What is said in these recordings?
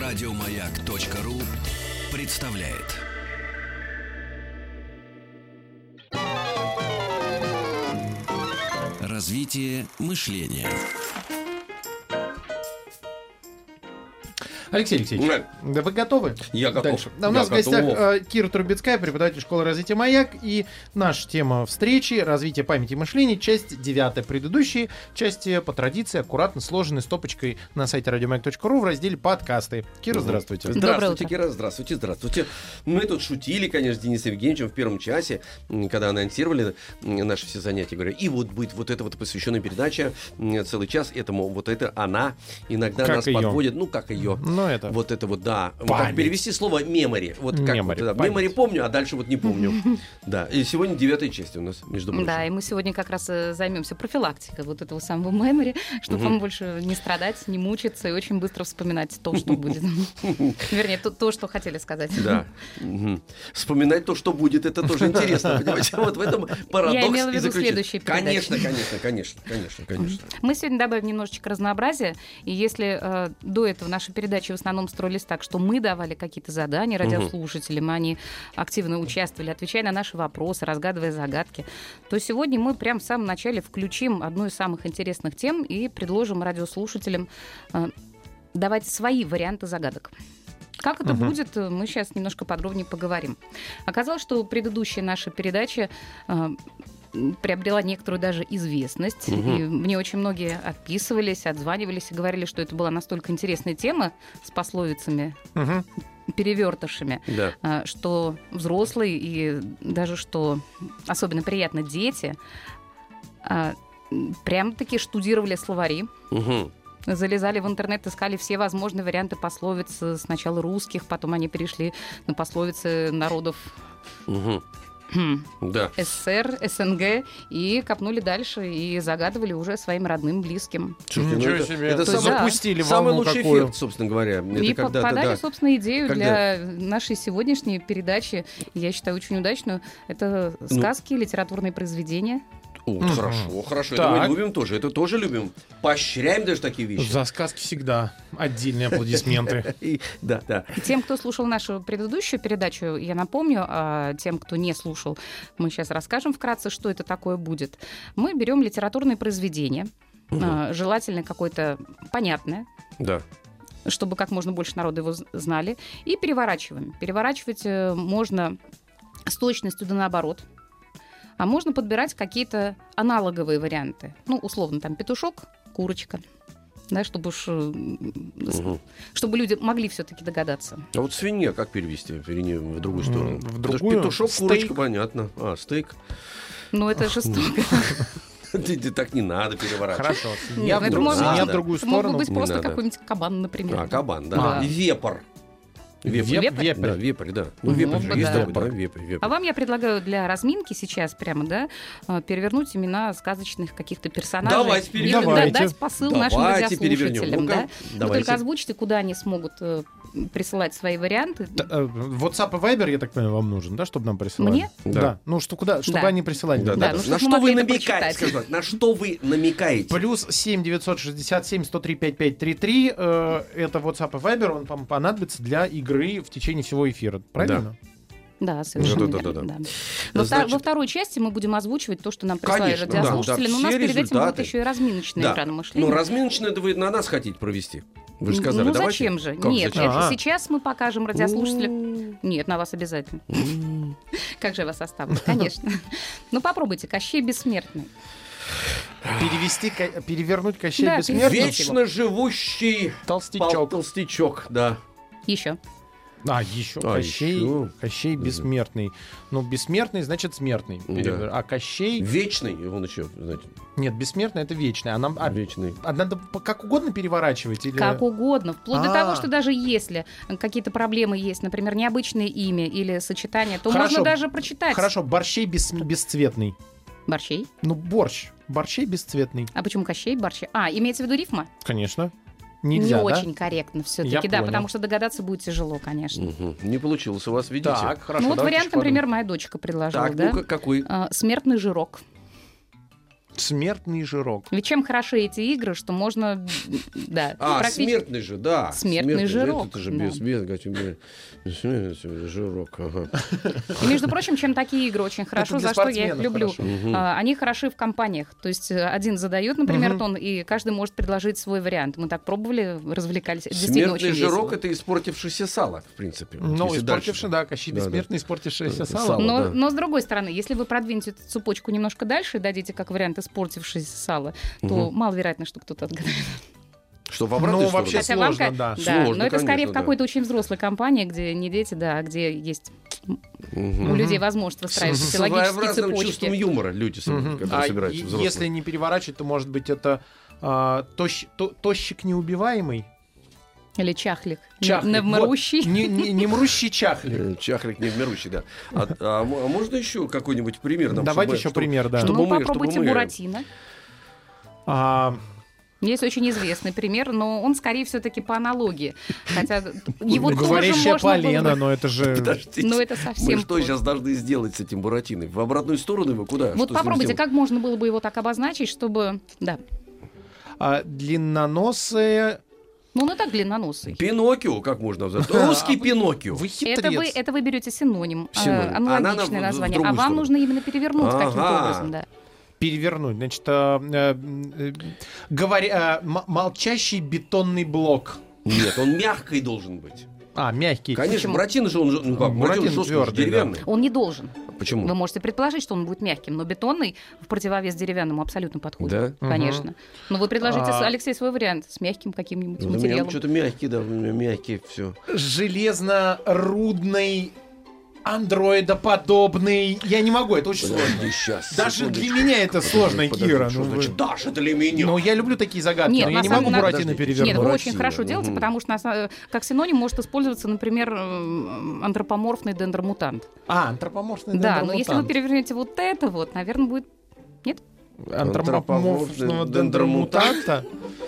Радиомаяк.ру представляет. Развитие мышления. Алексей Алексеевич, да вы готовы? Я готов. Дальше. У нас в гостях Кира Трубецкая, преподаватель школы развития «Маяк». И наша тема встречи — развитие памяти и мышления, часть 9. Предыдущие части по традиции аккуратно сложены стопочкой на сайте радиомаяк.ру в разделе «Подкасты». Кира, здравствуйте. Здравствуйте, Кира, здравствуйте. Мы тут шутили, конечно, с Денисом Евгеньевичем в первом часе, когда анонсировали наши все занятия. Говорю, и вот будет вот эта вот посвященная передача целый час этому, вот это она иногда как нас ее? подводит. Ну, как ее? Это... Вот это вот, да. Вот как перевести слово «мемори». Вот как Мемори, вот, да. Мемори помню, а дальше вот не помню. Да, и сегодня 9 часть у нас, между прочим. Да, и мы сегодня как раз займемся профилактикой вот этого самого мемори, чтобы вам больше не страдать, не мучиться и очень быстро вспоминать то, что будет. Вернее, то, что хотели сказать. Да. Вспоминать то, что будет, это тоже интересно, понимаете? Вот в этом парадокс. Я имела в виду следующие передачи. Конечно. Мы сегодня добавим немножечко разнообразия, и если до этого наши передачи в основном строились так, что мы давали какие-то задания радиослушателям, они активно участвовали, отвечая на наши вопросы, разгадывая загадки, то сегодня мы прямо в самом начале включим одну из самых интересных тем и предложим радиослушателям давать свои варианты загадок. Как это будет, мы сейчас немножко подробнее поговорим. Оказалось, что предыдущая наша передача приобрела некоторую даже известность. И мне очень многие отписывались, отзванивались и говорили, что это была настолько интересная тема с пословицами, перевертышами, что взрослые и даже что особенно приятно дети прям-таки штудировали словари. Залезали в интернет, искали все возможные варианты пословиц. Сначала русских, потом они перешли на пословицы народов СССР, СНГ, и копнули дальше, и загадывали уже своим родным, близким. Ничего себе. Это запустили самый волну лучший какую. эффект, собственно говоря. И подали, собственно, идею для нашей сегодняшней передачи, я считаю, очень удачную. Это сказки, литературные произведения. Хорошо. Это мы любим тоже. Это тоже любим. Поощряем даже такие вещи. За сказки всегда отдельные аплодисменты. Да. Тем, кто слушал нашу предыдущую передачу, я напомню, а тем, кто не слушал, мы сейчас расскажем вкратце, что это такое будет. Мы берем литературные произведения, желательно какое-то понятное, чтобы как можно больше народа его знали, и переворачиваем. Переворачивать можно с точностью да наоборот. А можно подбирать какие-то аналоговые варианты. Ну, условно, там петушок, курочка. Да, чтобы люди могли все-таки догадаться. А вот свинья как перевести в другую сторону? В другую? Петушок, курочка, понятно. Стейк. Ну, это жестоко. Так не надо переворачивать. Хорошо. Свинья в другую сторону. Мог быть просто какой-нибудь кабан, например. Кабан, да. Вепр. Вепрь, да. Ну, вепрь же есть такой, да, вепрь. А вам я предлагаю для разминки сейчас прямо, перевернуть имена сказочных каких-то персонажей. Давайте перевернем. И дать посыл нашим радиослушателям. Да? Вы только озвучите, куда они смогут присылать свои варианты. WhatsApp и Viber, я так понимаю, вам нужен, да, чтобы нам присылали? Мне? Да. Ну, чтобы они присылали. На что вы намекаете? На что вы намекаете? Плюс 7 967 103 5533. Это WhatsApp и Viber, он вам понадобится для игры в течение всего эфира. Правильно? Да, совершенно верно. Во второй части мы будем озвучивать то, что нам прислали радиослушатели, но у нас перед этим будет еще и разминочная игра на мышление. Ну, разминочная, это вы на нас хотите провести. Вы же сказали, давайте. Зачем же? Нет, сейчас мы покажем радиослушателям. Нет, на вас обязательно. Как же я вас оставлю? Конечно. Ну, попробуйте. Кощей Бессмертный. Перевернуть Кощей Бессмертный. Вечно живущий толстячок, да. Еще. Кощей Бессмертный. Ну, бессмертный, значит, смертный. А Кощей... Вечный, он еще, знаете. Нет, бессмертный — это вечный. Вечный. А надо как угодно переворачивать? Или... Как угодно. Вплоть до того, что даже если какие-то проблемы есть, например, необычное имя или сочетание, то можно даже прочитать. Хорошо, Борщей бесцветный. Борщей? Ну, борщ. Борщей бесцветный. А почему Кощей, Борщей? Имеется в виду рифма? Конечно. Нельзя, не очень корректно все-таки, да, потому что догадаться будет тяжело, конечно. Не получилось у вас, видите? Так, хорошо. Ну вот вариант, например, моя дочка предложила, да? Ну, какой? Смертный жирок. Смертный жирок. Ведь чем хороши эти игры, что можно... Да, смертный же, да. Смертный жирок. Это же да. смертный жирок. Ага. И, между прочим, чем такие игры очень хорошо, для за что я их спортсменов люблю. хорошо. Они хороши в компаниях. То есть один задает, например, тон, и каждый может предложить свой вариант. Мы так пробовали, развлекались. Действительно очень Смертный жирок — весело. это испортившееся сало, в принципе. Ну, Если испортивший, дальше. да, Кощей Да, Бессмертный, испортившееся Сало. сало. Но, да. но с другой стороны, если вы продвинете эту цепочку немножко дальше и дадите как вариант испортившееся сало, то маловероятно, что кто-то отгадает. Что в обратную Ну, сторону? вообще Хотя сложно, вам, да. Сложно, но это скорее конечно, в да. какой-то очень взрослой компании, где не дети, да, а где есть у людей возможность выстраивать С эти логические своеобразным чувством цепочки. юмора люди, которые А собираются взрослые. если не переворачивать, то, может быть, это тощик неубиваемый? Или чахлик. Чахлик. Невмирущий. Вот. Не мрущий чахлик. Чахлик невмирущий, да. А можно еще какой-нибудь пример нам? Давайте чтобы- еще чтобы- пример, да. чтобы Ну, мы- попробуйте чтобы мы- Буратино. А, Есть очень известный пример, но он скорее все-таки по аналогии. Хотя его тоже говорящая можно полена, было... но это же... Подождите. Ну, это Мы совсем... что сейчас должны сделать с этим Буратиной? В обратную сторону его куда? Вот Что с ним попробуйте, сделать? как можно было бы его так обозначить, чтобы... Да. Длинноносые... Ну, он и так длинноносый. Пиноккио, как можно назвать? Русский Пиноккио. Вы Это вы, хитрец. это вы берете синоним, Синоним. аналогичное Она в название. А другую вам сторону. нужно именно перевернуть каким-то Ага. образом, да. Перевернуть. Значит, молчащий бетонный блок. Нет, он мягкий должен быть. Мягкий. Конечно, Почему? Буратино же он же, ну как, Буратино Буратино жесткий, твердый, деревянный. Он не должен. Почему? Вы можете предположить, что он будет мягким, но бетонный в противовес деревянному абсолютно подходит. Да? Конечно. Но вы предложите, А- Алексей, свой вариант с мягким каким-нибудь Ну, у меня материалом. что-то мягкий, да, у меня мягкий, все. Железно-рудный, андроидоподобный. Я не могу, это очень сложно. сейчас. Даже для меня это сложно, Кира. Что Ну, значит, вы- даже для меня? Ну, я люблю такие загадки, Нет, но я на не самом могу деле- Буратино Подождите. перевернуть. Нет, вы Буратино, очень хорошо да. делаете, Мгм. потому что как синоним может использоваться, например, антропоморфный дендромутант. Антропоморфный Да, но если вы дендромутант. перевернете вот это вот, наверное, будет... Нет? Антропоморфного дендромутанта.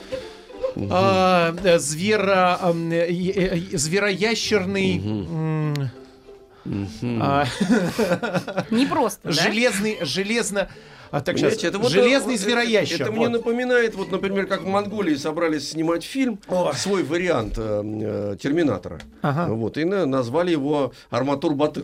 Звероящерный... Не просто, да? Железно... Так, сейчас. Понимаете, это вот, Железный вот звероящер. Это мне напоминает, вот, например, как в Монголии собрались снимать фильм, свой вариант Терминатора. Ага. Вот, и назвали его Арматур-Батыр.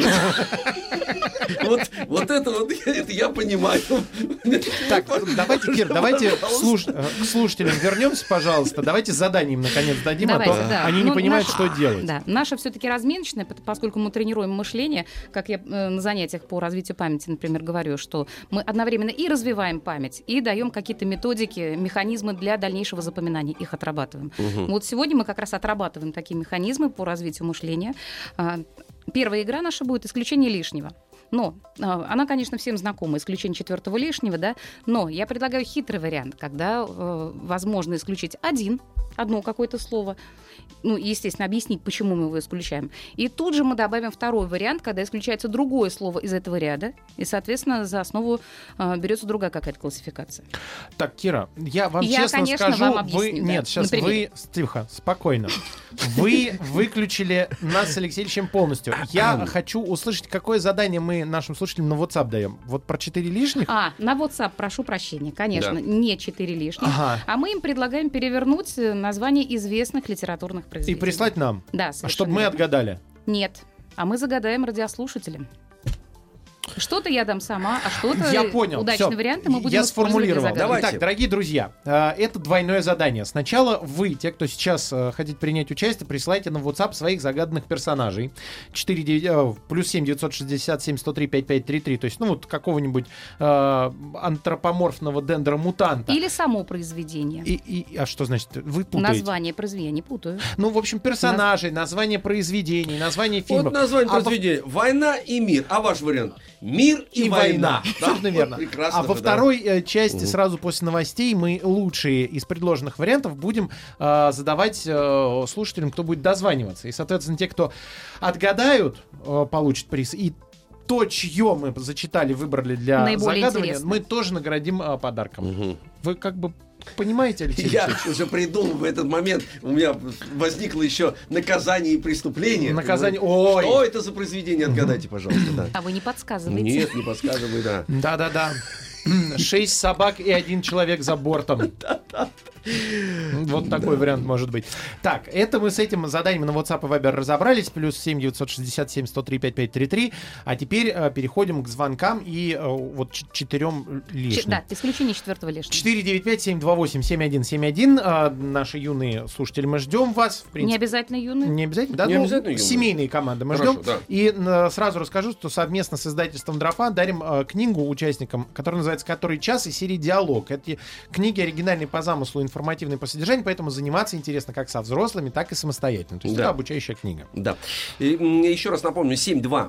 Вот это я понимаю. Так, давайте, Кир, давайте к слушателям вернемся, пожалуйста. Давайте заданием наконец дадим, Давайте, а то да. они не Ну, понимают, наше- что делать. Да, наша все-таки разминочная, поскольку мы тренируем мышление, как я на занятиях по развитию памяти, например, говорю, что мы одновременно и развиваем память, и даем какие-то методики, механизмы для дальнейшего запоминания, их отрабатываем. Вот сегодня мы как раз отрабатываем такие механизмы по развитию мышления. Первая игра наша будет «Исключение лишнего». Но она, конечно, всем знакома, исключение четвертого лишнего, да, но я предлагаю хитрый вариант, когда возможно исключить одно какое-то слово, ну, естественно, объяснить, почему мы его исключаем. И тут же мы добавим второй вариант, когда исключается другое слово из этого ряда, и, соответственно, за основу берется другая какая-то классификация. Так, Кира, я вам Я, честно конечно, скажу, вам объясню, да. Нет, сейчас Например. Тихо, спокойно. Вы выключили нас с Алексеем полностью. Я хочу услышать, какое задание мы нашим слушателям на WhatsApp даем. Вот про 4 лишних? На WhatsApp, прошу прощения, конечно, Да. не 4 лишних, Ага. а мы им предлагаем перевернуть название известных литературных И произведений. прислать нам, Да, чтобы мы верно. отгадали. Нет, а мы загадаем радиослушателям. Что-то я дам сама, а что-то Я понял. удачные Всё. варианты мы будем Я использовать для сформулировал. загадки. Давайте. Итак, дорогие друзья, это двойное задание. Сначала вы, те, кто сейчас хотите принять участие, присылайте на WhatsApp своих загаданных персонажей. +7 967 103 5533. То есть, ну вот какого-нибудь антропоморфного дендромутанта. Или само произведение. А что значит? Вы путаете. Название произведения, не путаю. Ну, в общем, персонажей, название произведений, название фильмов. Вот название А во- произведения. «Война и мир». А ваш вариант? «Мир и, И война. Да, Совершенно верно. прекрасно А во же, да. второй части, сразу после новостей, мы лучшие из предложенных вариантов будем задавать слушателям, кто будет дозваниваться. И, соответственно, те, кто отгадают, получат приз. И то, чье мы зачитали, выбрали для Наиболее загадывания, интересно. мы тоже наградим подарком. Мгм. Вы как бы понимаете, Алексей Я Алексеевич? уже придумал в этот момент, у меня возникло еще наказание и преступление. Наказание. Понимаете? Ой. Что это за произведение? Отгадайте, пожалуйста. Да. А вы не подсказываете. Нет, не подсказывай, да. Да-да-да. 6 собак и 1 человек за бортом. Вот такой вариант может быть. Так, это мы с этим заданием на WhatsApp и Viber разобрались. Плюс 7 967 103 5533. А теперь переходим к звонкам и вот 4 лишним. Да, исключение 4-го лишнего. 495-728-7171. Наши юные слушатели, мы ждем вас. В принципе. Не обязательно юные. Не обязательно, да? Не обязательно юные. Семейные команды мы Хорошо, ждем. да. И сразу расскажу, что совместно с издательством «Дрофа» дарим книгу участникам, которая называется «Который час» и серии «Диалог». Эти книги оригинальные по замыслу, информативные по содержанию, поэтому заниматься интересно как со взрослыми, так и самостоятельно. То есть Да. это обучающая книга. Да. И, еще раз напомню,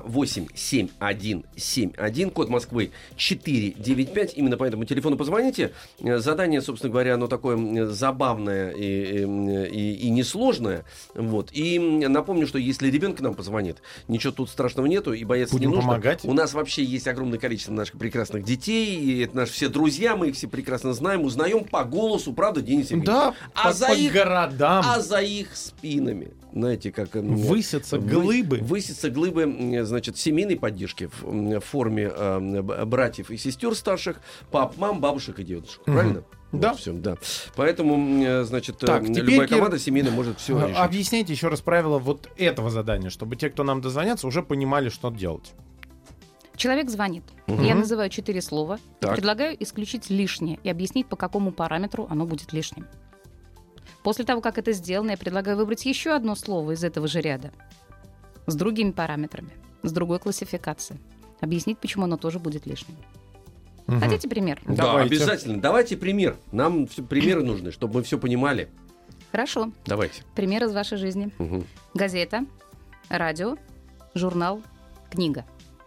728-7171, код Москвы 495. Именно по этому телефону позвоните. Задание, собственно говоря, оно такое забавное и несложное. Вот. И напомню, что если ребенок к нам позвонит, ничего тут страшного нету, и бояться Будем не нужно. помогать. У нас вообще есть огромное количество наших прекрасных детей, и это наши все друзья, мы их все прекрасно знаем, узнаем по голосу, правда, Денис Евгеньевич? Да, по городам. А за их спинами, знаете, как... Высятся глыбы. Высятся глыбы, значит, семейной поддержки в форме братьев и сестер старших, пап, мам, бабушек и дедушек. Правильно? Да. Вот, всё, да. Поэтому, значит, Так, теперь, любая Кир, команда семейная может все решить. Объясняйте еще раз правила вот этого задания, чтобы те, кто нам дозвонятся, уже понимали, что делать. Человек звонит. Мгм. Я называю 4 слова. Так. Предлагаю исключить лишнее и объяснить, по какому параметру оно будет лишним. После того, как это сделано, я предлагаю выбрать еще одно слово из этого же ряда. С другими параметрами, с другой классификацией. Объяснить, почему оно тоже будет лишним. Мгм. Хотите пример? Да, Давайте. обязательно. Давайте пример. Нам примеры нужны, чтобы мы все понимали. Хорошо. Давайте. Пример из вашей жизни. Мгм. Газета, радио, журнал, книга.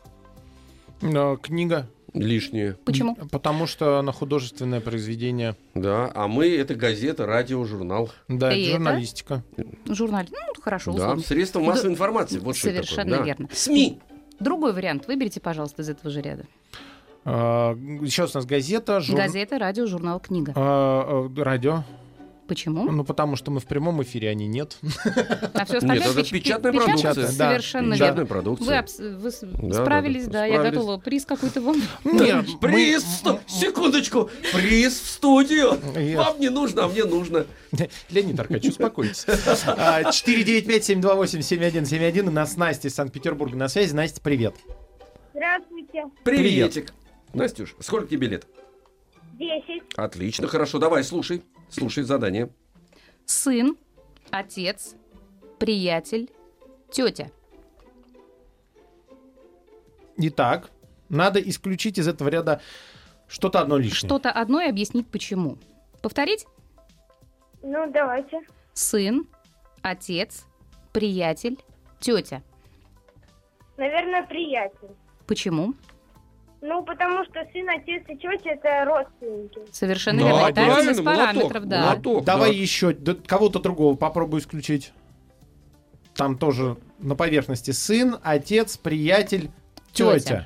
Книга. Лишнее. Почему? Потому что она художественное произведение. Да, а мы это газета, радио, журнал. Да, И это? журналистика. Журнал. Ну, хорошо, Да, условно. средства массовой информации. Вот что это Совершенно такое. Да. верно. СМИ. Другой вариант. Выберите, пожалуйста, из этого же ряда. Еще у нас газета, Газета, радио, журнал, книга. радио. Почему? Ну, потому что мы в прямом эфире, а они нет. А все остальное Нет, это печатная продукция. Да, Совершенно Печатная верно. продукция. Вы Да, справились, да, да, я справились. готова. Приз какой-то вам. Нет, Приз! Секундочку! Приз в студию! Я- Вам не нужно, а мне нужно. Леонид Аркадьевич, успокойтесь. 495-728-7171. У нас Настя из Санкт-Петербурга на связи. Настя, привет. Здравствуйте. Приветик. Настюш, сколько тебе лет? 10. Отлично, хорошо. Давай, слушай. Слушай задание. Сын, отец, приятель, тетя. Итак, надо исключить из этого ряда что-то одно лишнее. Что-то одно и объяснить почему. Повторить? Ну, давайте. Сын, отец, приятель, тетя. Наверное, приятель. Почему? Ну, потому что сын, отец и тетя — это родственники. Совершенно Да, верно. Это один правильно, из параметров, да. молоток, Давай да. еще кого-то другого попробую исключить. Там тоже на поверхности сын, отец, приятель, тетя.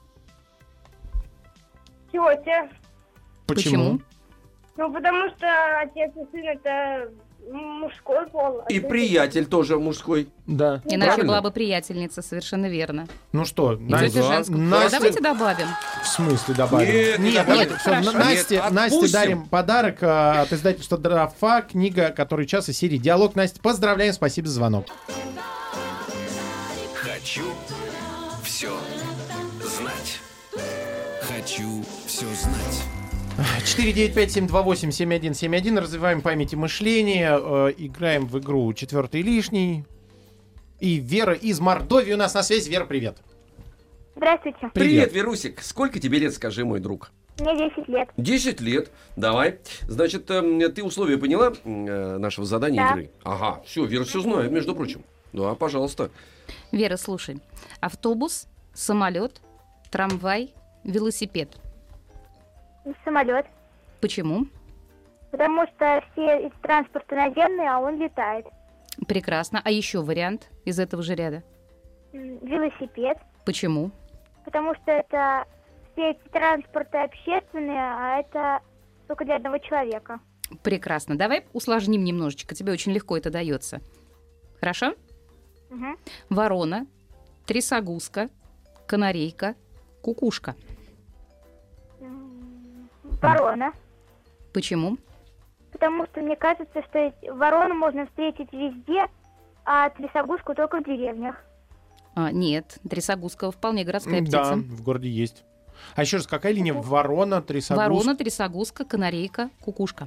Тетя. Почему? Ну, потому что отец и сын — это мужской пол. а И сын- приятель тоже мужской. Да. Иначе Правильно? была бы приятельница, совершенно верно. Ну что, И Настя, тетя женского пола. Настя- Давайте добавим. в смысле добавим? Нет, не Нет, добавим. давайте, всё, Хорошо. Насте, Нет, Насте отпустим. дарим подарок от издательства «Дрофа», книга «Который час» из серии «Диалог». Настя, поздравляем, спасибо за звонок. Хочу все знать. Хочу все знать. 495-728-7171. Развиваем память и мышление. Играем в игру «Четвертый лишний». И Вера из Мордовии у нас на связи. Вера, привет. Здравствуйте. Привет, Верусик. Сколько тебе лет, скажи, мой друг? Мне 10 лет. 10 лет. Давай. Значит, ты условия поняла нашего задания Да. игры? Ага, все, Вера все знает, между прочим. Да, пожалуйста. Вера, слушай. Автобус, самолет, трамвай, велосипед. Самолет. Почему? Потому что все из транспорта наземные, а он летает. Прекрасно. А еще вариант из этого же ряда. Велосипед. Почему? Потому что это все эти транспорты общественные, а это только для одного человека. Прекрасно. Давай усложним немножечко. Тебе очень легко это дается. Хорошо? Мгм. Ворона, трясогузка, канарейка, кукушка. М, Ворона. Почему? Потому что мне кажется, что ворону можно встретить везде, а трясогузку только в деревнях. Нет, трясогузка вполне городская Да, птица. в городе есть. А еще раз, какая линия? Ворона, трясогузка? Ворона, трясогузка, канарейка, кукушка.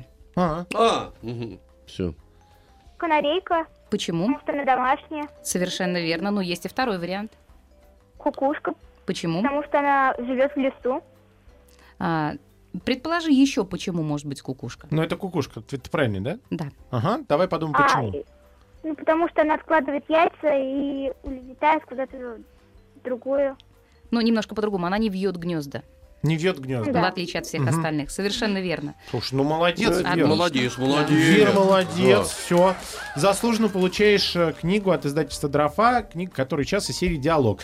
Все. Канарейка, Почему? потому что она домашняя. Совершенно верно. Но есть и второй вариант. Кукушка, Почему? потому что она живет в лесу. Предположи еще, почему может быть кукушка. Ну, это кукушка, это правильно, да? Да. Ага, давай подумаем, почему. Ну, потому что она откладывает яйца и улетает куда-то в другую. Но немножко по-другому. Она не вьет гнезда, Не вьет гнезда. Да. в отличие от всех остальных. Совершенно верно. Слушай, ну молодец, Отлично. Вера. Молодец, Вера, молодец. молодец, все. Заслуженно получаешь книгу от издательства «Дрофа», книга, которая сейчас из серии «Диалог».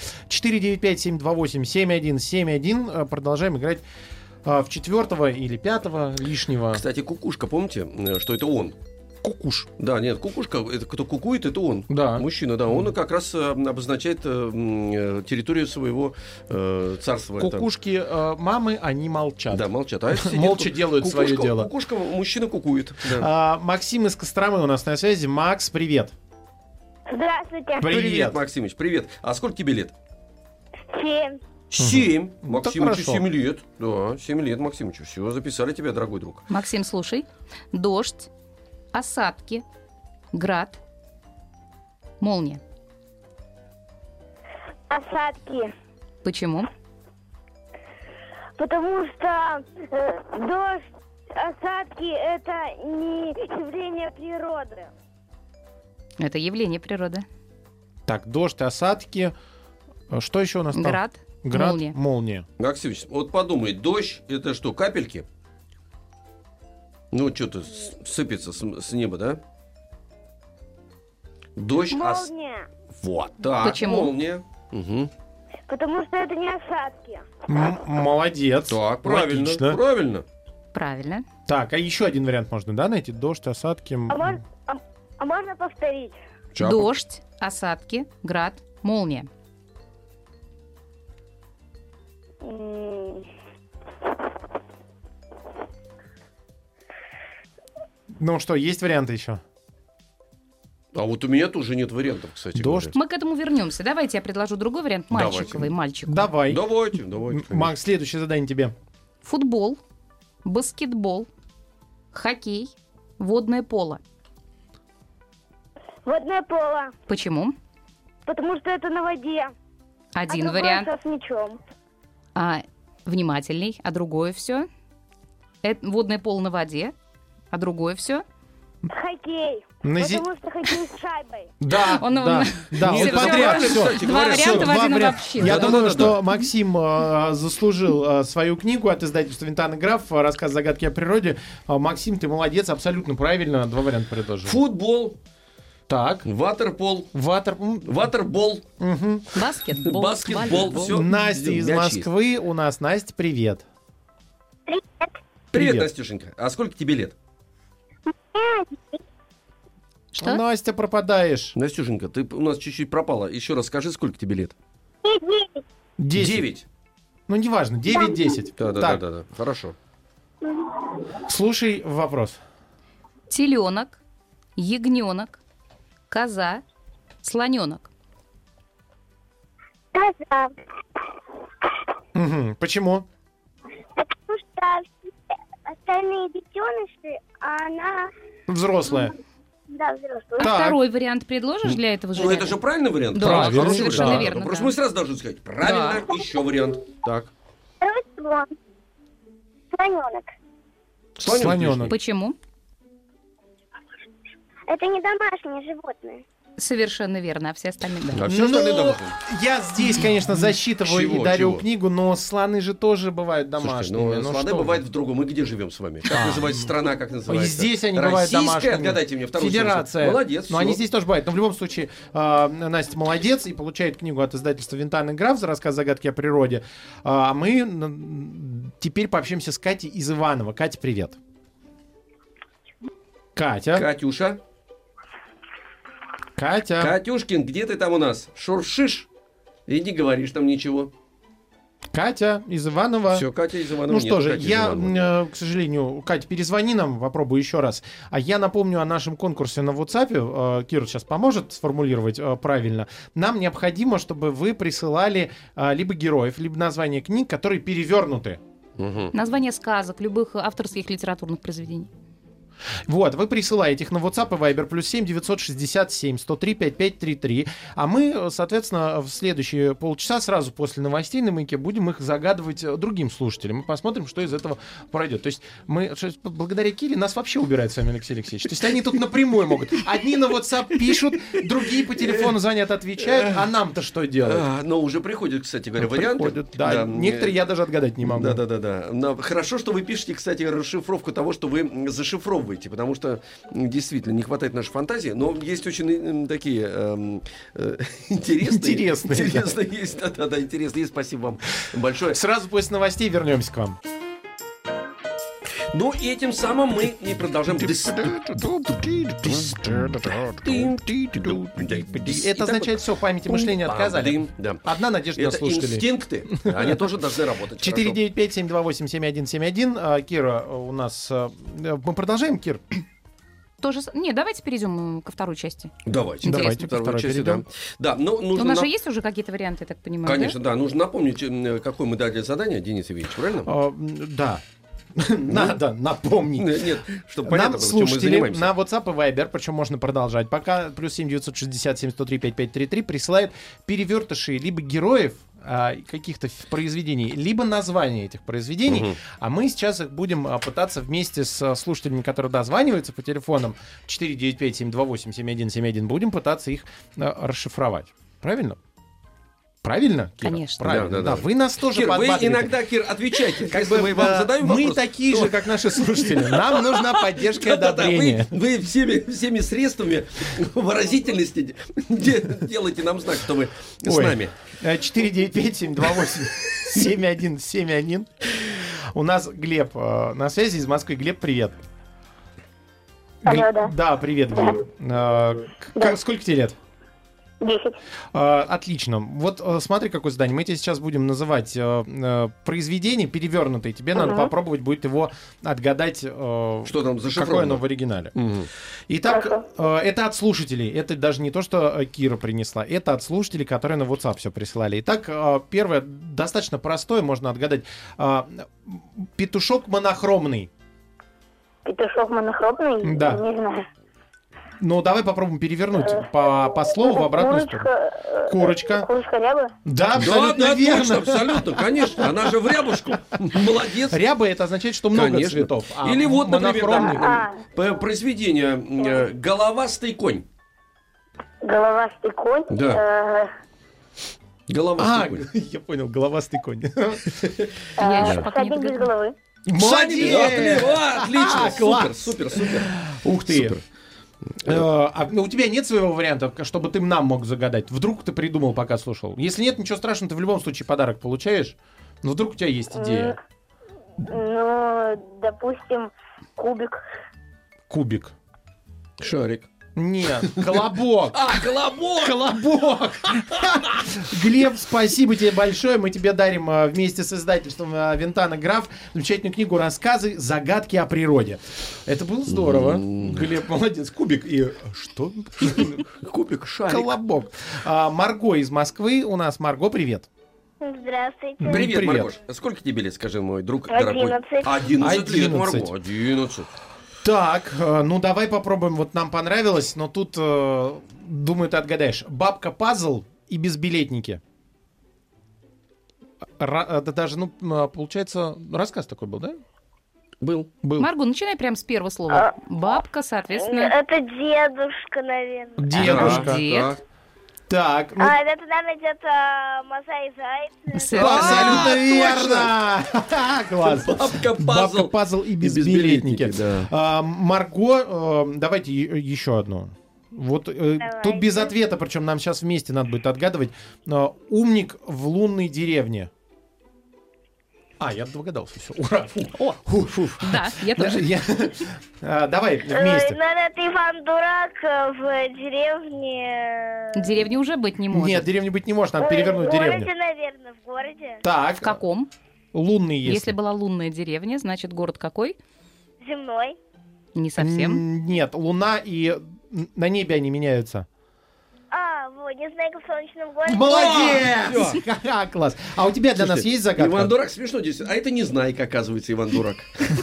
495-728-7171. Продолжаем играть в четвертого или пятого лишнего. Кстати, кукушка, помните, что это он? Кукуш. Да, нет, кукушка, это кто кукует, это он. Да. Мужчина, да. Он как раз обозначает территорию своего царства. это. Кукушки мамы, они молчат. Да, молчат. А это сидит Молча делают свое дело. Кукушка, мужчина кукует. Да. Максим из Костромы у нас на связи. Макс, привет. Здравствуйте. Привет. Максимыч, привет. А сколько тебе лет? 7. 7. Ну, Максимычу хорошо. 7 лет. Да, 7 лет, Максимычу. Все, записали тебя, дорогой друг. Максим, слушай. Дождь, осадки, град, молния. Осадки. Почему? Потому что дождь, осадки — это не явление природы. Это явление природы. Так, дождь, осадки. Что еще у нас там? Град, Град, молния. молния. Максимыч, вот подумай, дождь это что, капельки? Ну, что-то сыпется с неба, да? Дождь, Молния. Вот так, Почему? молния. Угу. Потому что это не осадки. Молодец. Так, правильно, Логично. правильно. Правильно. Так, а еще один вариант можно, да, найти? Дождь, осадки. А можно повторить? Чапа. Дождь, осадки, град, молния. Ну что, есть варианты еще? А вот у меня тоже нет вариантов, кстати. Дождь. говоря. Мы к этому вернемся. Давайте я предложу другой вариант. Давайте. Мальчиковый, мальчику. Давай. Давайте, конечно. Макс, следующее задание тебе. Футбол, баскетбол, хоккей, водное поло. Водное поло. Почему? Потому что это на воде. Один а другое вариант. с мячом. Внимательней, а другое все. Водное поло на воде, а другое все. Хоккей. Нази- Потому что хоккей с шайбой. Да, Он- да, да, Нет, вот это подряд, правильно, всё. кстати Два говоря. варианта в Два один варианта. вообще. Я Да, думаю, да, что Максим заслужил свою книгу от издательства «Винтан и граф», рассказ «Загадки о природе». Максим, ты молодец, абсолютно правильно. Два варианта предложил. Футбол, Так, ватерпол, ватербол. Баскетбол. баскетбол, волейбол. все. Настя из Москвы. У нас Настя, привет. Привет, Привет. Настюшенька. А сколько тебе лет? Что? Настя, пропадаешь. Настюшенька, ты у нас чуть-чуть пропала. Еще раз скажи, сколько тебе лет? 10. 9. Ну, неважно, 9-10. Да. Так, Хорошо. слушай вопрос. Теленок, ягненок, коза, слоненок. Коза. Мгм. Почему? Потому что остальные детеныши, а она, Взрослая. да, взрослая. Так. Второй вариант предложишь для этого же? Ну, это же правильный вариант? Да, Правильно, Хороший совершенно вариант. верно, Просто да. мы сразу должны сказать. Правильно, еще вариант. Так. Второй слон. Слоненок. Слоненок. Почему? Это не домашнее животное. Совершенно верно, а все остальные да. А все остальные Ну, домашние. я здесь, конечно, засчитываю Чего, и дарю чего? книгу, но слоны же тоже бывают Слушайте, домашними. ну, слоны что бывают вы. в другом. Мы где живем с вами? Как называется страна, как И называется? здесь они бывают Российская? домашними. Отгадайте мне вторую Федерация. Молодец. Но всё. они здесь тоже бывают. Но в любом случае, Настя молодец и получает книгу от издательства «Винтан и граф» за рассказ «Загадки о природе». А мы теперь пообщаемся с Катей из Иваново. Катя, привет. Катя. Катюша. Катя. Катюшкин, где ты там у нас? Шуршишь? И не говоришь там ничего. Катя из Иванова. Все, Катя из Иванова. Ну Нет, что же, Кати из я, Иванова. к сожалению, Катя, перезвони нам, попробую еще раз. А я напомню о нашем конкурсе на WhatsApp. Кира сейчас поможет сформулировать правильно. Нам необходимо, чтобы вы присылали либо героев, либо названия книг, которые перевернуты. Мгм. Название сказок, любых авторских литературных произведений. Вот, вы присылаете их на WhatsApp и Viber +7 967 103 5533. А мы, соответственно, в следующие полчаса, сразу после новостей на Маяке, будем их загадывать другим слушателям. Мы посмотрим, что из этого пройдет. То есть мы, благодаря Кире, нас вообще убирает с вами Алексей Алексеевич. То есть они тут напрямую могут. Одни на WhatsApp пишут, другие по телефону звонят, отвечают. А нам-то что делать? Но уже приходят, кстати говоря, варианты. Приходят, да. Некоторые я даже отгадать не могу. Да. Хорошо, что вы пишете, кстати, расшифровку того, что вы зашифровываете, потому что действительно не хватает нашей фантазии, но есть очень такие интересные. Интересные есть, да, интересные. Спасибо вам большое. Сразу после новостей вернемся к вам. Ну и этим самым мы и продолжаем. Это означает, все, памяти мышления отказали. Да. Одна надежда на Это слушателей. инстинкты, они тоже должны работать. 495-728-7171. Кира, у нас... Мы продолжаем, Кир? Не, давайте перейдем ко второй части. Давайте. Интересно. Давайте ко второй перейдем. Да, но У нужно... нас же есть уже какие-то варианты, я так понимаю, Конечно, да. Нужно напомнить, какое мы дали задание, Денис Ильич, правильно? Да. Надо напомнить. Нет, чтобы понятно Нам было, чем мы слушатели занимаемся. на WhatsApp и Viber, причем можно продолжать, пока +7 967 103 5533 присылают перевертыши либо героев каких-то произведений, либо названия этих произведений. Мгм. А мы сейчас их будем пытаться вместе с слушателями, которые дозваниваются по телефонам 495-728-7171, будем пытаться их расшифровать. Правильно? Правильно, Кира? Конечно. Правильно, Да. вы нас тоже Кир, вы подбадриваете. иногда, Кир, отвечайте. Как Если бы, мы вам задаем мы вопрос, такие то- же, как наши слушатели. Нам нужна поддержка и Да-да-да, одобрение. вы всеми средствами выразительности делайте нам знак, что вы с Ой. нами. 495-728-7171. У нас Глеб на связи из Москвы. Глеб, привет. Алло, да. Да, привет, Глеб. Сколько тебе лет? 10. Отлично. Вот смотри, какое задание. Мы тебе сейчас будем называть произведение перевернутое. Тебе надо попробовать будет его отгадать, Что там какое зашифровано? оно в оригинале. Мгм. Итак, это от слушателей. Это даже не то, что Кира принесла. Это от слушателей, которые на WhatsApp все присылали. Итак, первое, достаточно простое, можно отгадать. Петушок монохромный. Петушок монохромный? Да. Не знаю. Ну, давай попробуем перевернуть по слову в обратную сторону. Курочка. Курочка ряба? Да, абсолютно Да, верно. точно, абсолютно, конечно. Она же в рябушку. Молодец. Ряба это означает, что много Конечно. цветов. А Или вот, например, монохромный- произведение «Головастый конь». Головастый конь? Да. Головастый конь. я понял, головастый конь. Я еще пока не Всадник без догадалась. головы. Молодец! Отлично, Класс! супер. Ух ты. Супер. У тебя нет своего варианта, чтобы ты нам мог загадать? Вдруг ты придумал, пока слушал? Если нет, ничего страшного, ты в любом случае подарок получаешь. Но вдруг у тебя есть идея. Ну, допустим, кубик. Кубик. Шарик. Нет, колобок. Колобок! Колобок! Глеб, спасибо тебе большое. Мы тебе дарим вместе с издательством Винтана Граф замечательную книгу «Рассказы. Загадки о природе». Это было здорово. Глеб, молодец. Кубик и... Что? Кубик, шарик. Колобок. Марго из Москвы. У нас Марго, привет. Здравствуйте. Привет, Привет. Маргош. Сколько тебе лет, скажи, мой друг дорогой? 11. 11 лет, 11. Марго. 11. Так, ну давай попробуем. Вот нам понравилось, но тут, думаю, ты отгадаешь. Бабка-пазл и безбилетники. Это даже, получается, рассказ такой был, да? Был. Был. Марго, начинай прямо с первого слова. Бабка, соответственно... Это дедушка, наверное. Дедушка. Дед. Так, ну, А, это там идет Маса и Заяц. абсолютно верно! Класс. Бабка-пазл. Бабка-пазл и безбилетники. да. Марго, давайте еще одну. Вот тут без ответа, причем нам сейчас вместе надо будет отгадывать. Умник в лунной деревне. Я догадался, все, ура. Да, я тоже. Давай вместе. Наверное, это Иван Дурак в деревне... Деревни уже быть не может. Нет, деревни быть не может, надо перевернуть В городе, деревню. наверное, в городе. Так, В каком? лунный Если если. была лунная деревня, значит город какой? Земной. Не совсем. Нет, луна и на небе они меняются. Вот, Незнайка в солнечном городе. Молодец! Ха-ха, класс. А у тебя для нас Слушайте, есть загадка? Иван Дурак смешно здесь. А это Незнайка, оказывается, Иван Дурак.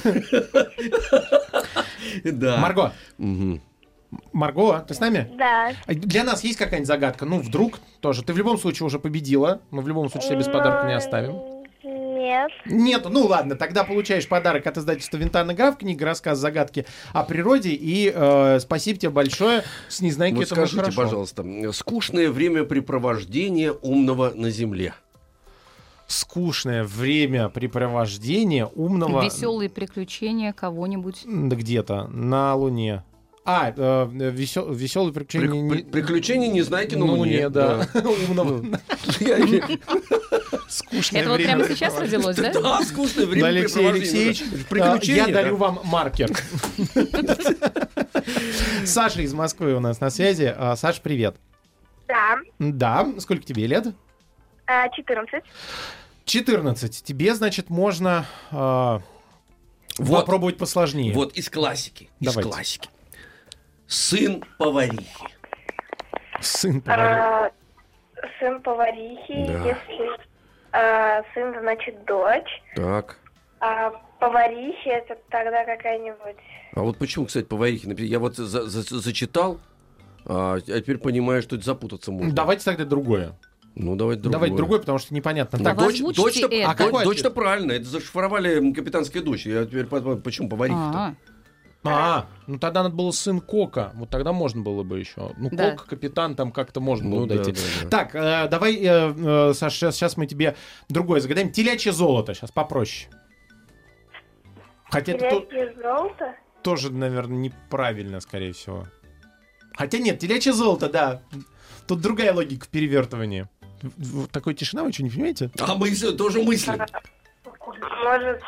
Да. Марго, Мгм. Марго, ты с нами? Да. Для нас есть какая-нибудь загадка? Ну, вдруг тоже. Ты в любом случае уже победила. Мы в любом случае тебя без подарка не оставим. Нет. Нет, ну ладно, тогда получаешь подарок от издательства «Винтан Игра», книга «Рассказ загадки о природе». И спасибо тебе большое. С Незнайкой Вот это будет скажите, хорошо. пожалуйста, скучное времяпрепровождение умного на Земле. Скучное времяпрепровождение умного... Веселые приключения кого-нибудь. Да где-то на Луне. Веселые приключения... Приключения Незнайки на на Луне. да. Умного. Скучное Это вот прямо время. сейчас родилось, да? Да, скучное Да, Алексей времяпрепровождение. Алексеевич, Приключения, я да. дарю вам маркер. Саша из Москвы у нас на связи. Саш, привет. Да. Да, сколько тебе лет? 14. 14. Тебе, значит, можно попробовать посложнее. Вот из классики. Давайте. Из классики. Сын поварихи. Сын поварихи. Сын поварихи, Да. если сын, значит, дочь. Так. А поварихи это тогда какая-нибудь... А вот почему, кстати, поварихи? Я вот зачитал, а теперь понимаю, что это запутаться можно. Давайте тогда другое. Ну, давайте другое. Давайте другое, потому что непонятно. Так, Так, озвучьте дочь-то это. А какой дочь-то ответ? правильно. Это зашифровали «Капитанская дочь». Я теперь почему поварихи-то? ну тогда надо было сын Кока. Вот тогда можно было бы еще. Ну, Да. Кок, капитан, там как-то можно было Ну, да, дойти. да. Так, давай, Саш, сейчас мы тебе другое загадаем. Телячье золото. Сейчас попроще. Хотя это Телячье золото? тоже, наверное, неправильно, скорее всего. Хотя нет, телячье золото, да. Тут другая логика в перевертывании. Вот такой тишина, вы что, не понимаете? А мы все тоже мыслим. Может,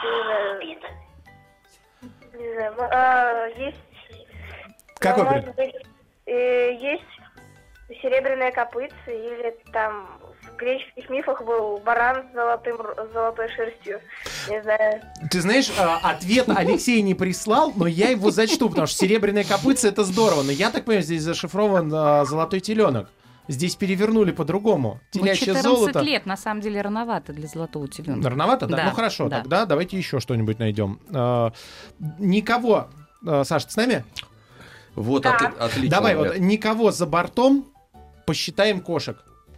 не знаю, есть... Какой может вариант? быть, есть серебряная копытце, или там в греческих мифах был баран с золотой шерстью. Не знаю. Ты знаешь, ответ Алексей не прислал, но я его зачту, потому что серебряная копытца — это здорово. Но я так понимаю, здесь зашифрован золотой теленок. Здесь перевернули по-другому. Ну, Телячье 14 золото. лет, на самом деле, рановато для золотого теленка. Рановато, да? Да, Ну хорошо, да. тогда давайте еще что-нибудь найдем. Никого... Саша, ты с нами? Вот, Да. отлично. Давай, ребят. вот никого за бортом, посчитаем кошек.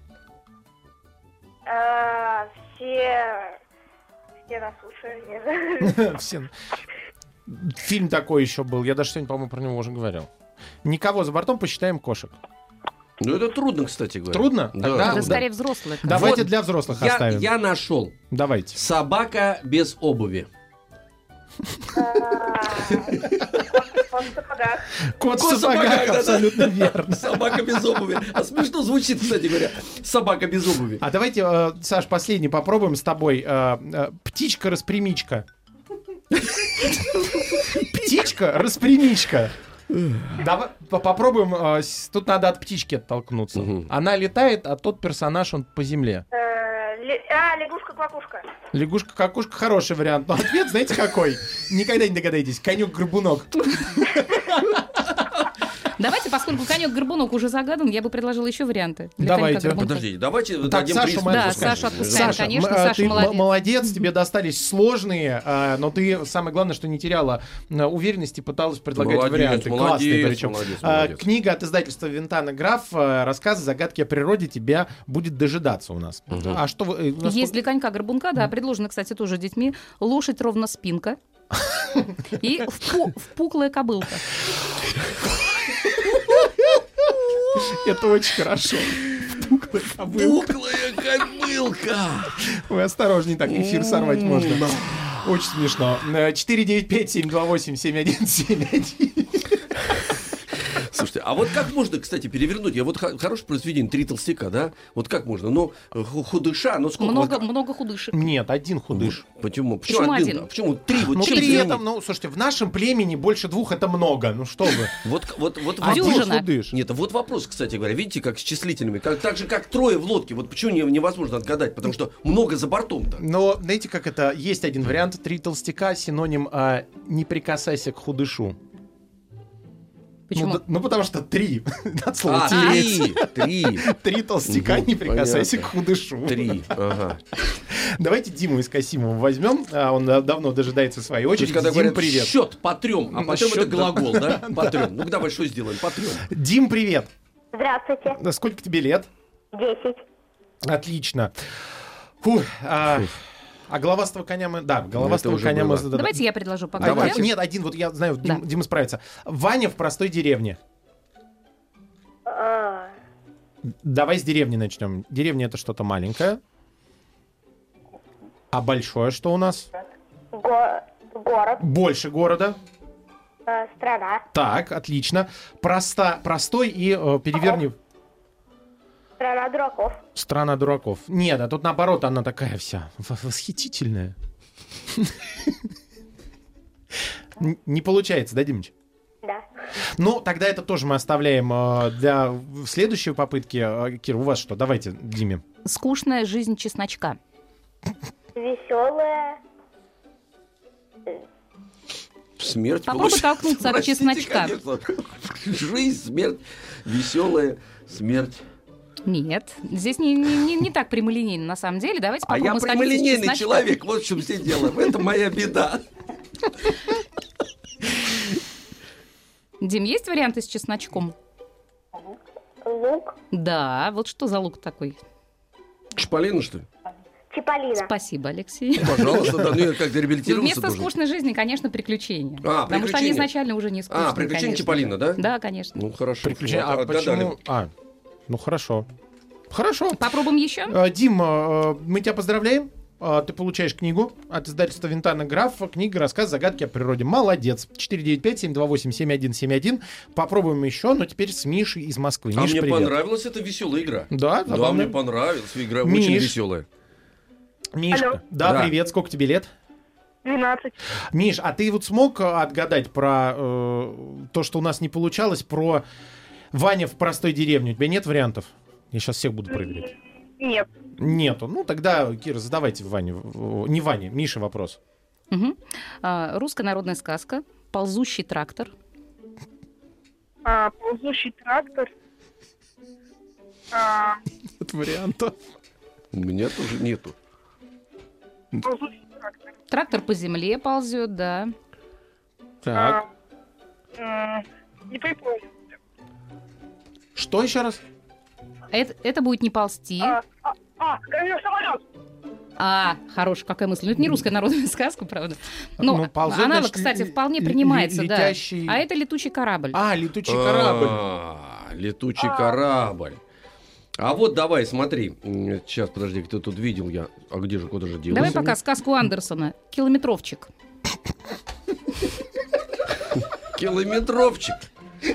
Все на суше, не знаю. Все. Фильм такой еще был. Я даже сегодня, по-моему, про него уже говорил. Никого за бортом, посчитаем кошек. Ну, это трудно, кстати говоря. Трудно? Да. Тогда- Это да. скорее взрослые. Давайте Вот для взрослых Я оставим. нашел. Давайте. Собака без обуви. Он в сапогах. Кот в Кот в сапогах, сапогах, да-да. абсолютно верно. Собака без обуви. А смешно звучит, кстати говоря. Собака без обуви. А давайте, Саш, последний попробуем с тобой. Птичка-распрямичка. Птичка-распрямичка. Давай попробуем. Тут надо от птички оттолкнуться. Мгм. Она летает, а тот персонаж, он по земле. Лягушка-квакушка. Лягушка-какушка — хороший вариант. Но ответ, знаете, какой? Никогда не догадаетесь. Конек-горбунок. Давайте, поскольку конек-горбунок уже загадан, я бы предложила еще варианты. для Давайте. конька-горбунка. Подождите, давайте Так, дадим Сашу приз. мы Да, отпускаем. Сашу отпускаем, Саша, конечно, м, Саша ты молодец. молодец, тебе достались сложные, но ты, самое главное, что не теряла уверенности, пыталась предлагать Молодец, варианты. молодец, Классные причем. молодец, молодец. Книга от издательства «Винтан Граф», рассказы «Загадки о природе» тебя будет дожидаться у нас. А что вы... у нас Есть для конька-горбунка, да, предложено, кстати, тоже детьми. Лошадь ровно спинка. И впуклая кобылка. Это очень хорошо. Пуклая кобылка. Пуклая кобылка. Вы осторожней, так эфир сорвать можно. Очень смешно. 495-728-7171. Слушайте, Слушай, а вот как можно, кстати, перевернуть? Я вот хорошее произведение «Три толстяка», да? Вот как можно? Ну, худыша, но сколько? Много худышек. Нет, один худыш. Почему? Почему один? А почему три? Вот Ну, чем три заменить? это, ну, слушайте, в нашем племени больше двух это много. Ну что вы. Вот Один Дюжина. худыш. Нет, вот вопрос, кстати говоря, видите, как с числительными, так же, как трое в лодке. Вот почему невозможно отгадать? Потому что много за бортом-то. Но знаете, как это? Есть один вариант. Три толстяка, синоним «не прикасайся к худышу». Почему? Ну, потому что три. От слова А, «тереть». три. Три толстяка, не прикасайся Понятно. к худышу. Три, ага. Давайте Диму из Касимова возьмем. Он давно дожидается своей То есть, очереди. когда Дим, говорят привет. счет по трем, а потом Счет, это да. глагол, да? По трем. Ну, давай что сделаем? По трем. Дим, привет. Здравствуйте. Сколько тебе лет? 10. Отлично. Фу, а головастого коня мы... Да, головастого уже коня мы... было. да. Давайте я предложу пока. Давайте. вариант. Нет, один, вот я знаю, Да. Дима справится. Ваня в простой деревне. Давай с деревни начнем. Деревня — это что-то маленькое. А большое что у нас? Город. Больше города. Страна. Так, отлично. Простой и переверни. Страна дураков. Страна дураков. Нет, а тут наоборот она такая вся восхитительная. Не получается, да, Димыч? Да. Ну, тогда это тоже мы оставляем для следующей попытки. Кир, у вас что? Давайте, Диме. Скучная жизнь чесночка. Веселая. Смерть. Попробуй получается. толкнуться от Простите, чесночка. конечно. Жизнь, смерть, веселая смерть. Нет, здесь не так прямолинейно на самом деле. Давайте А я попробуем сходить с прямолинейный чесночка. человек, вот в чем все дело. В этом моя беда. Дим, есть варианты с чесночком? Лук. Да, вот что за лук такой? Шпалина, что ли? Чиполлино. Спасибо, Алексей. Пожалуйста, да, ну я как-то реабилитироваться Вместо должен. скучной жизни, конечно, приключения. А, Потому что приключения. они изначально уже не скучные, Приключения конечно. Чиполлино, да? Да, конечно. Ну, хорошо. Приключения. Вот, А отгадали. почему? Ну хорошо. Хорошо. Попробуем еще? Дим, мы тебя поздравляем. Ты получаешь книгу от издательства «Винтана Граф». Книга «Рассказ загадки о природе». Молодец. 495-728-7171. Попробуем еще, но теперь с Мишей из Москвы. А Миш, мне привет. понравилась эта веселая игра. Да, Да, забавно. мне понравилась игра, Миш. очень веселая. Мишка. Алло. Да, Да. привет. Сколько тебе лет? 12. Миш, а ты вот смог отгадать про то, что у нас не получалось, про Ваня в простой деревне? У тебя нет вариантов? Я сейчас всех буду проверять. Нет. Нету. Ну, тогда, Кира, задавайте Ване. Не Ване, Мише вопрос. Мгм. Русская народная сказка. Ползущий трактор. Ползущий трактор. Нет вариантов. У меня тоже нету. Ползущий трактор. Трактор по земле ползет, да. Так. Не припомню. Что еще раз? Это будет не ползти. Самолет. Хорошая какая мысль. Ну, это не русская народная сказка, правда. Но Ну, ползет, аналог, значит, кстати, вполне принимается, да. летящий- А это летучий корабль. Летучий корабль. Летучий корабль. А вот давай, смотри. Сейчас, подожди, кто тут видел я. А где же, куда же делся? Давай пока сказку Андерсона. Километровчик. Километровчик.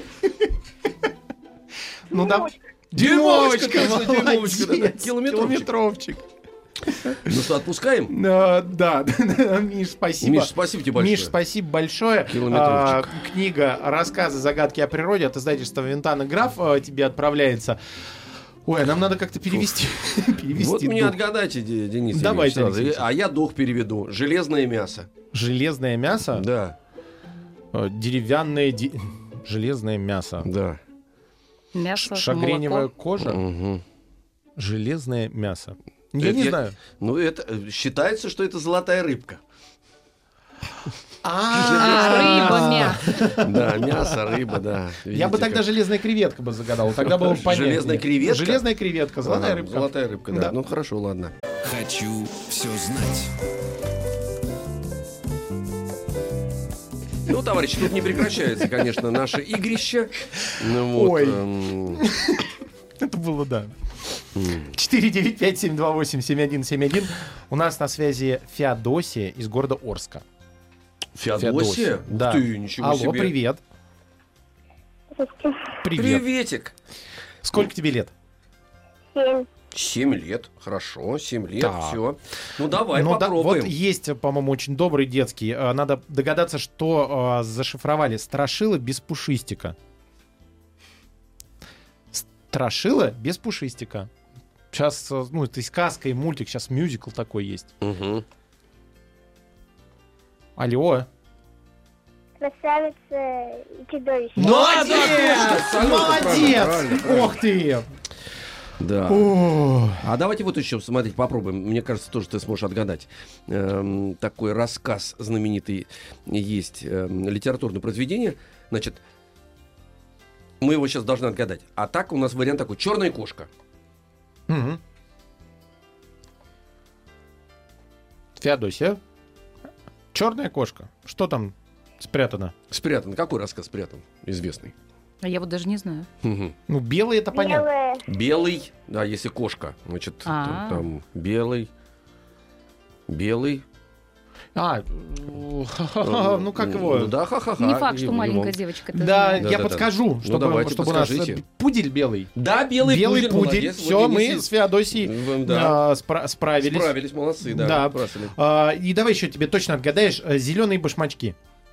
Ну да. Димочка, Димочка, точно, Димочка, да, да. молодец. Километровчик. Километровчик. Ну что, отпускаем? Да, Миш, спасибо. Миш, спасибо тебе большое. Миш, спасибо большое. Километровчик. Книга «Рассказы загадки о природе» от издательства «Винтана Граф» тебе отправляется. Ой, нам надо как-то перевести. Вот мне дух. отгадайте, Денис. Давайте, Ильич, сразу. Алексей. А я дух переведу. Железное мясо. Железное мясо. Да, Деревянное железное мясо. да. Мясо, Шагреневая молоко. кожа. Мгм. Железное мясо. Я Это не знаю. Ну, это считается, что это золотая рыбка. Рыба, мясо. Да, мясо, рыба, да. Я бы Видите, тогда как. железная креветка бы загадал. Тогда было бы понятнее. Железная креветка? Железная креветка, золотая Ага, рыбка. Золотая рыбка, да. Да. Ну, хорошо, ладно. Хочу все знать. Ну, товарищи, тут не прекращается, конечно, наше игрище. Ну, вот, Ой. Это было, да. 495-728-7171. У нас на связи Феодосия из города Орска. Феодосия? Да. Ух ты, ничего Алло, себе. привет. Привет. Приветик. Сколько тебе лет? 7. 7 лет. Хорошо, 7 лет. Так. Все. Ну, давай Ну да, попробуем. вот есть, по-моему, очень добрый детский. Надо догадаться, что зашифровали. Страшила без пушистика. Страшила без пушистика. Сейчас, ну, это и сказка, и мультик. Сейчас мюзикл такой есть. Мгм. Алло. Красавица и чудовище. Молодец! абсолютно Молодец! правильно. Ох ты! Да. О, А давайте вот еще, смотрите, попробуем. Мне кажется, тоже ты сможешь отгадать. Такой рассказ знаменитый есть, литературное произведение. Значит, мы его сейчас должны отгадать. А так у нас вариант такой: «Черная кошка». Мгм. Феодосия. Черная кошка. Что там спрятано? Спрятан. Какой рассказ спрятан? Известный. А я вот даже не знаю. Мгм. Ну, белый это понятно. Белая. Белый, да, если кошка, значит, А. там белый. Ну как его? Ну да, ха-ха-ха. Не факт, что Его. маленькая девочка это Да, знает. я Да-да-да. подскажу, Ну, чтобы, давайте, чтобы у нас подскажите. пудель белый. Да, белый пудель. пудель. молодец. Все, Вот мы Денис, с Феодосией да, справились. справились, молодцы, да. Да. бросили. И давай еще тебе точно отгадаешь. Зеленые башмачки.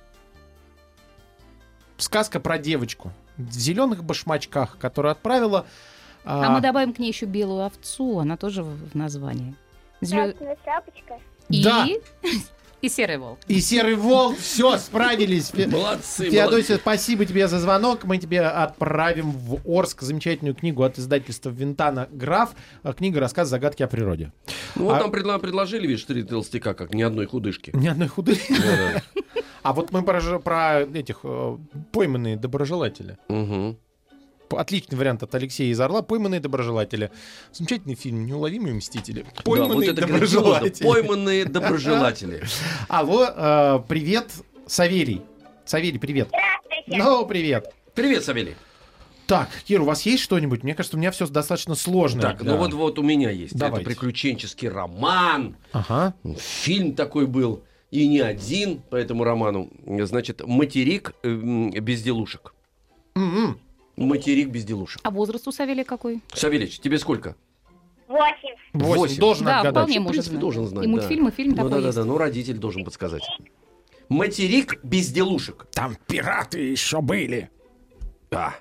Сказка про девочку в зеленых башмачках, которую отправила. А мы добавим к ней еще белую овцу, она тоже в названии. Красная шапочка. И... Да. И серый волк. И серый волк. Все, справились. Молодцы, Феодосия, спасибо тебе за звонок. Мы тебе отправим в Орск замечательную книгу от издательства Винтана «Граф». Книга «Рассказ загадки о природе». Ну вот А- нам предложили, видишь, 3 толстяка, как ни одной худышки. Ни одной худой. Да-да. А вот мы про этих пойманные доброжелатели. Мгм. Отличный вариант от Алексея из Орла. «Пойманные доброжелатели». Замечательный фильм «Неуловимые мстители». Да, вот «Пойманные это грандиозно. доброжелатели». Пойманные доброжелатели. Алло, привет, Савелий. Савелий, привет. Здравствуйте. Ну, привет. Привет, Савелий. Так, Кир, у вас есть что-нибудь? Мне кажется, у меня все достаточно сложно. Так, ну вот у меня есть. Давайте. Это приключенческий роман. Ага. Фильм такой был. И не один по этому роману. Значит, «Материк безделушек». М-м. «Материк безделушек». А возраст у Савелия какой? Савельич, тебе сколько? 8. 8. Должен Да, отгадать. вполне В может принципе, знать. должен знать. И мультфильм, и фильм Ну такой да, есть. ну родитель должен подсказать. «Материк безделушек». Там пираты еще были. Да.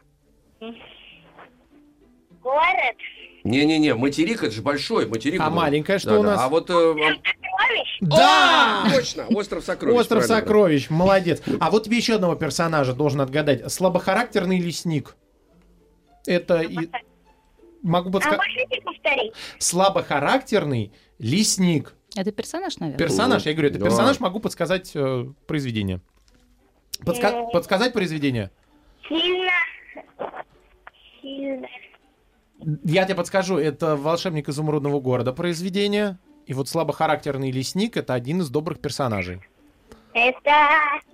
Город. Не-не-не, материк это же большой. Материк. А он- маленькая что Да-да. у нас? А вот... Сокровищ. Да! Точно, «Остров сокровищ». Остров правильно, сокровищ, молодец. А вот тебе еще одного персонажа должен отгадать. Слабохарактерный лесник. Это и... Могу А подсказать. можете повторить? Слабохарактерный лесник. Это персонаж, наверное? Персонаж, я говорю, это Да. персонаж, могу подсказать произведение. Подсказать произведение? Сильно. Сильно. Я тебе подскажу, это «Волшебник изумрудного города» произведение. И вот слабохарактерный лесник — это один из добрых персонажей. Это...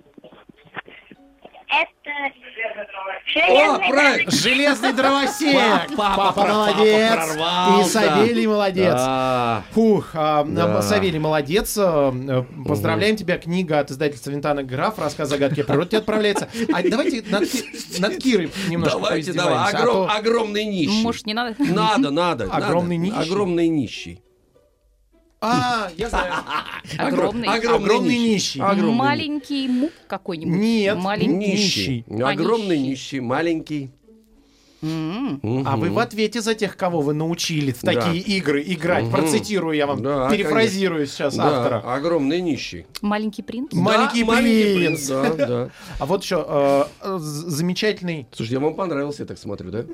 О, Железный правильно. Железный дровосек! Папа молодец! прорвался. И Савелий молодец! Да. Фух, Да. Савелий молодец. Поздравляем тебя. Книга от издательства Винтана «Граф». Рассказ загадки о природе тебе отправляется. А давайте над Кирой немножко Давайте, давай. поиздеваемся. А то- Огромный нищий. Может, не надо? Надо. Огромный нищий? Огромный нищий. Я знаю. Огромный. Огромный нищий. Огромный Маленький мук какой-нибудь? Нет. Маленький. нищий. А, Огромный нищий. нищий, маленький. А вы в ответе за тех, кого вы научили в такие игры играть. Мгм. Процитирую я вам, Да, перефразирую сейчас Да, автора. огромный нищий. Маленький принц? Маленький Да, принц. Да. А вот еще замечательный, Слушай, я вам понравился, я так смотрю, да?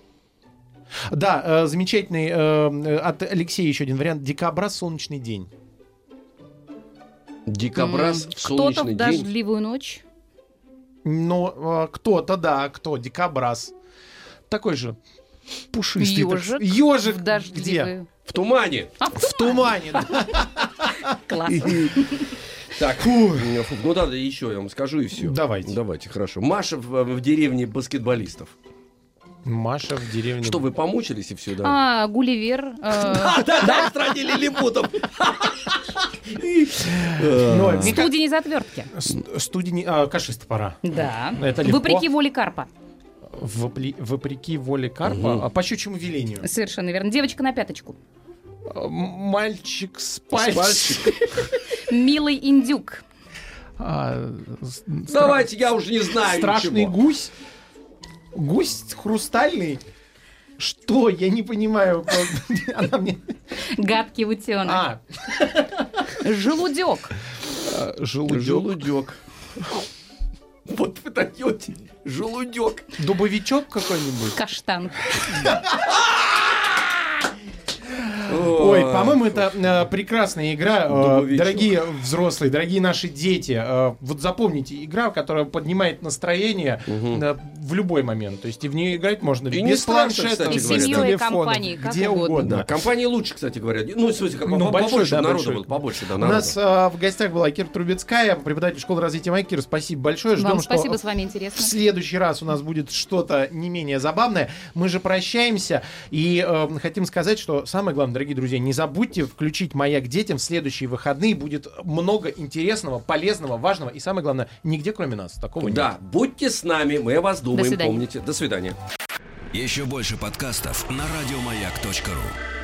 да, замечательный от Алексея еще один вариант. «Дикобраз. Солнечный день». Дикобраз в Кто-то солнечный в день. дождливую ночь? Ну, кто-то, да, кто? Дикобраз. Такой же пушистый. Ёжик Ежик в где? дождливую. В тумане. В тумане. да. Класс. Так, ну да, еще я вам скажу и все. Давайте. Давайте, хорошо. Маша в деревне баскетболистов. Маша в деревне. Что, вы помучились и все, да? Гулливер. Да, устранили лилипутов. Ну, мне Студень из отвертки. Студени... Кашиста пора. Да. Это легко. Вопреки воле Карпа. Вопреки воле карпа, а по щучьему велению. Совершенно верно. Девочка на пяточку. Мальчик с пальчик. Милый индюк. Давайте, я уже не знаю Страшный ничего. гусь. Гусь хрустальный. Что? Я не понимаю. Она мне... Гадкий утенок. Желудек. Желудек. Вот вы даете. Желудек. Дубовичок какой-нибудь. Каштан. Ой, по-моему, это прекрасная игра. Дубовичок. Дорогие взрослые, дорогие наши дети, вот запомните, игра, которая поднимает настроение в любой момент. То есть и в нее играть можно И без не страшно, планшета, кстати без говоря. И семьей, и телефона, компанией, как где угодно. угодно. Да, компании лучше, кстати говоря. Ну, в смысле, большой, побольше да, народу большой. было, побольше, да, У народу. нас в гостях была Кира Трубецкая, преподаватель школы развития МАЯК. Кира, спасибо большое. Ждем, Вам что спасибо, с вами в интересно. следующий раз у нас будет что-то не менее забавное. Мы же прощаемся и хотим сказать, что самое главное, дорогие друзья, не забудьте включить «Маяк» детям в следующие выходные. Будет много интересного, полезного, важного и, самое главное, нигде кроме нас такого нет. Да, будьте с нами, мы о вас думаем, свидания. помните. До свидания. Еще больше подкастов на радиомаяк.ру.